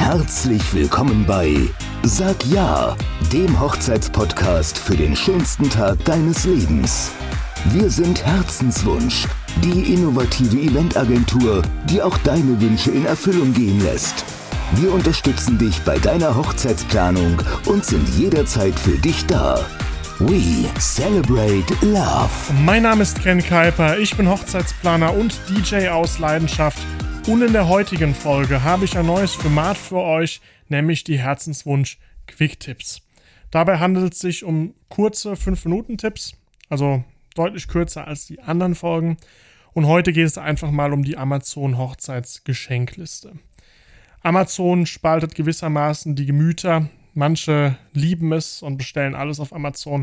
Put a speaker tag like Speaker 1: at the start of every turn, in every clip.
Speaker 1: Herzlich willkommen bei Sag Ja, dem Hochzeitspodcast für den schönsten Tag deines Lebens. Wir sind Herzenswunsch, die innovative Eventagentur, die auch deine Wünsche in Erfüllung gehen lässt. Wir unterstützen dich bei deiner Hochzeitsplanung und sind jederzeit für dich da. We celebrate love.
Speaker 2: Mein Name ist Ken Kuiper, ich bin Hochzeitsplaner und DJ aus Leidenschaft. Und in der heutigen Folge habe ich ein neues Format für euch, nämlich die Herzenswunsch Quick-Tipps. Dabei handelt es sich um kurze 5-Minuten-Tipps, also deutlich kürzer als die anderen Folgen. Und heute geht es einfach mal um die Amazon Hochzeitsgeschenkliste. Amazon spaltet gewissermaßen die Gemüter. Manche lieben es und bestellen alles auf Amazon.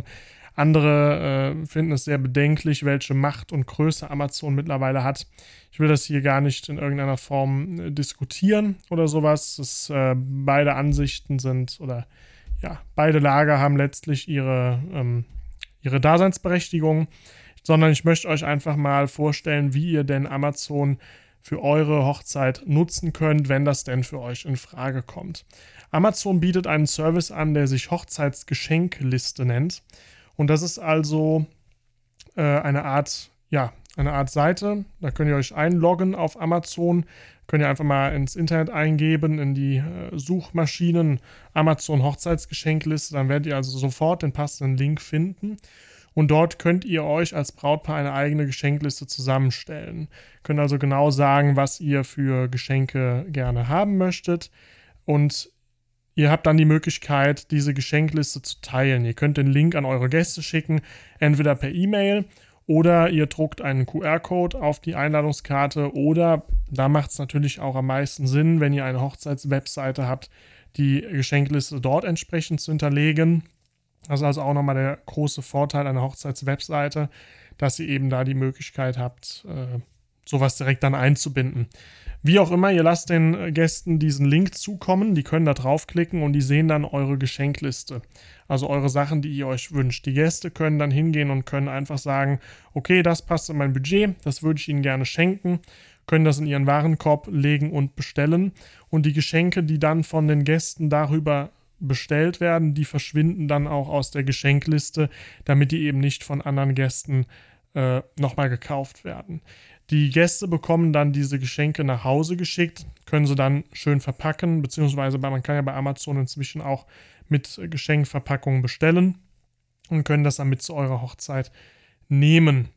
Speaker 2: Andere finden es sehr bedenklich, welche Macht und Größe Amazon mittlerweile hat. Ich will das hier gar nicht in irgendeiner Form diskutieren oder sowas. Beide Ansichten sind, oder ja, beide Lager haben letztlich ihre Daseinsberechtigung, sondern ich möchte euch einfach mal vorstellen, wie ihr denn Amazon für eure Hochzeit nutzen könnt, wenn das denn für euch in Frage kommt. Amazon bietet einen Service an, der sich Hochzeitsgeschenkliste nennt. Und das ist also eine Art Seite. Da könnt ihr euch einloggen auf Amazon. Könnt ihr einfach mal ins Internet eingeben, in die Suchmaschinen Amazon Hochzeitsgeschenkliste. Dann werdet ihr also sofort den passenden Link finden. Und dort könnt ihr euch als Brautpaar eine eigene Geschenkliste zusammenstellen. Könnt also genau sagen, was ihr für Geschenke gerne haben möchtet. Und ihr habt dann die Möglichkeit, diese Geschenkliste zu teilen. Ihr könnt den Link an eure Gäste schicken, entweder per E-Mail oder ihr druckt einen QR-Code auf die Einladungskarte oder, da macht es natürlich auch am meisten Sinn, wenn ihr eine Hochzeitswebseite habt, die Geschenkliste dort entsprechend zu hinterlegen. Das ist also auch nochmal der große Vorteil einer Hochzeitswebseite, dass ihr eben da die Möglichkeit habt, sowas direkt dann einzubinden. Wie auch immer, ihr lasst den Gästen diesen Link zukommen, die können da draufklicken und die sehen dann eure Geschenkliste, also eure Sachen, die ihr euch wünscht. Die Gäste können dann hingehen und können einfach sagen, okay, das passt in mein Budget, das würde ich ihnen gerne schenken, können das in ihren Warenkorb legen und bestellen und die Geschenke, die dann von den Gästen darüber bestellt werden, die verschwinden dann auch aus der Geschenkliste, damit die eben nicht von anderen Gästen nochmal gekauft werden. Die Gäste bekommen dann diese Geschenke nach Hause geschickt, können sie dann schön verpacken, beziehungsweise man kann ja bei Amazon inzwischen auch mit Geschenkverpackungen bestellen und können das dann mit zu eurer Hochzeit nehmen.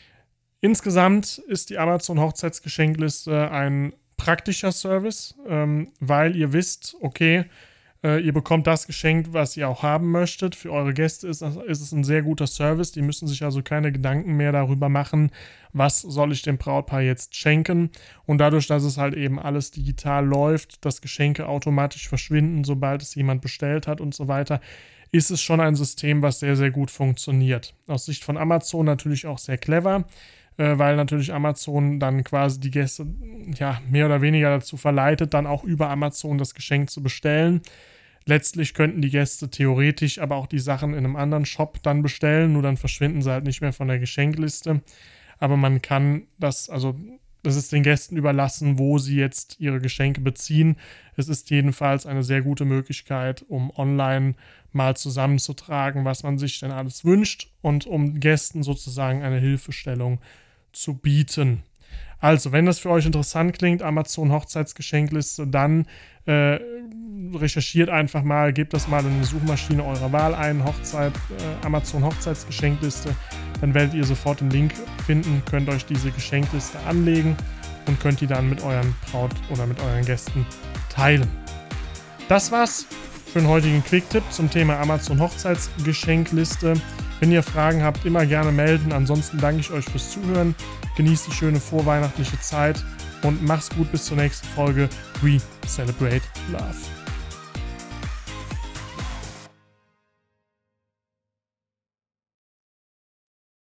Speaker 2: Insgesamt ist die Amazon Hochzeitsgeschenkliste ein praktischer Service, weil ihr wisst, okay, ihr bekommt das geschenkt, was ihr auch haben möchtet. Für eure Gäste ist es ein sehr guter Service. Die müssen sich also keine Gedanken mehr darüber machen, was soll ich dem Brautpaar jetzt schenken. Und dadurch, dass es halt eben alles digital läuft, dass Geschenke automatisch verschwinden, sobald es jemand bestellt hat und so weiter, ist es schon ein System, was sehr, sehr gut funktioniert. Aus Sicht von Amazon natürlich auch sehr clever, weil natürlich Amazon dann quasi die Gäste mehr oder weniger dazu verleitet, dann auch über Amazon das Geschenk zu bestellen. Letztlich könnten die Gäste theoretisch aber auch die Sachen in einem anderen Shop dann bestellen, nur dann verschwinden sie halt nicht mehr von der Geschenkliste. Aber man kann das ist den Gästen überlassen, wo sie jetzt ihre Geschenke beziehen. Es ist jedenfalls eine sehr gute Möglichkeit, um online mal zusammenzutragen, was man sich denn alles wünscht und um Gästen sozusagen eine Hilfestellung zu bieten. Also, wenn das für euch interessant klingt, Amazon Hochzeitsgeschenkliste, dann recherchiert einfach mal, gebt das mal in die Suchmaschine eurer Wahl ein, Amazon Hochzeitsgeschenkliste, dann werdet ihr sofort den Link finden, könnt euch diese Geschenkliste anlegen und könnt die dann mit euren oder mit euren Gästen teilen. Das war's für den heutigen Quick-Tipp zum Thema Amazon Hochzeitsgeschenkliste. Wenn ihr Fragen habt, immer gerne melden. Ansonsten danke ich euch fürs Zuhören. Genießt die schöne vorweihnachtliche Zeit und macht's gut bis zur nächsten Folge. We celebrate love.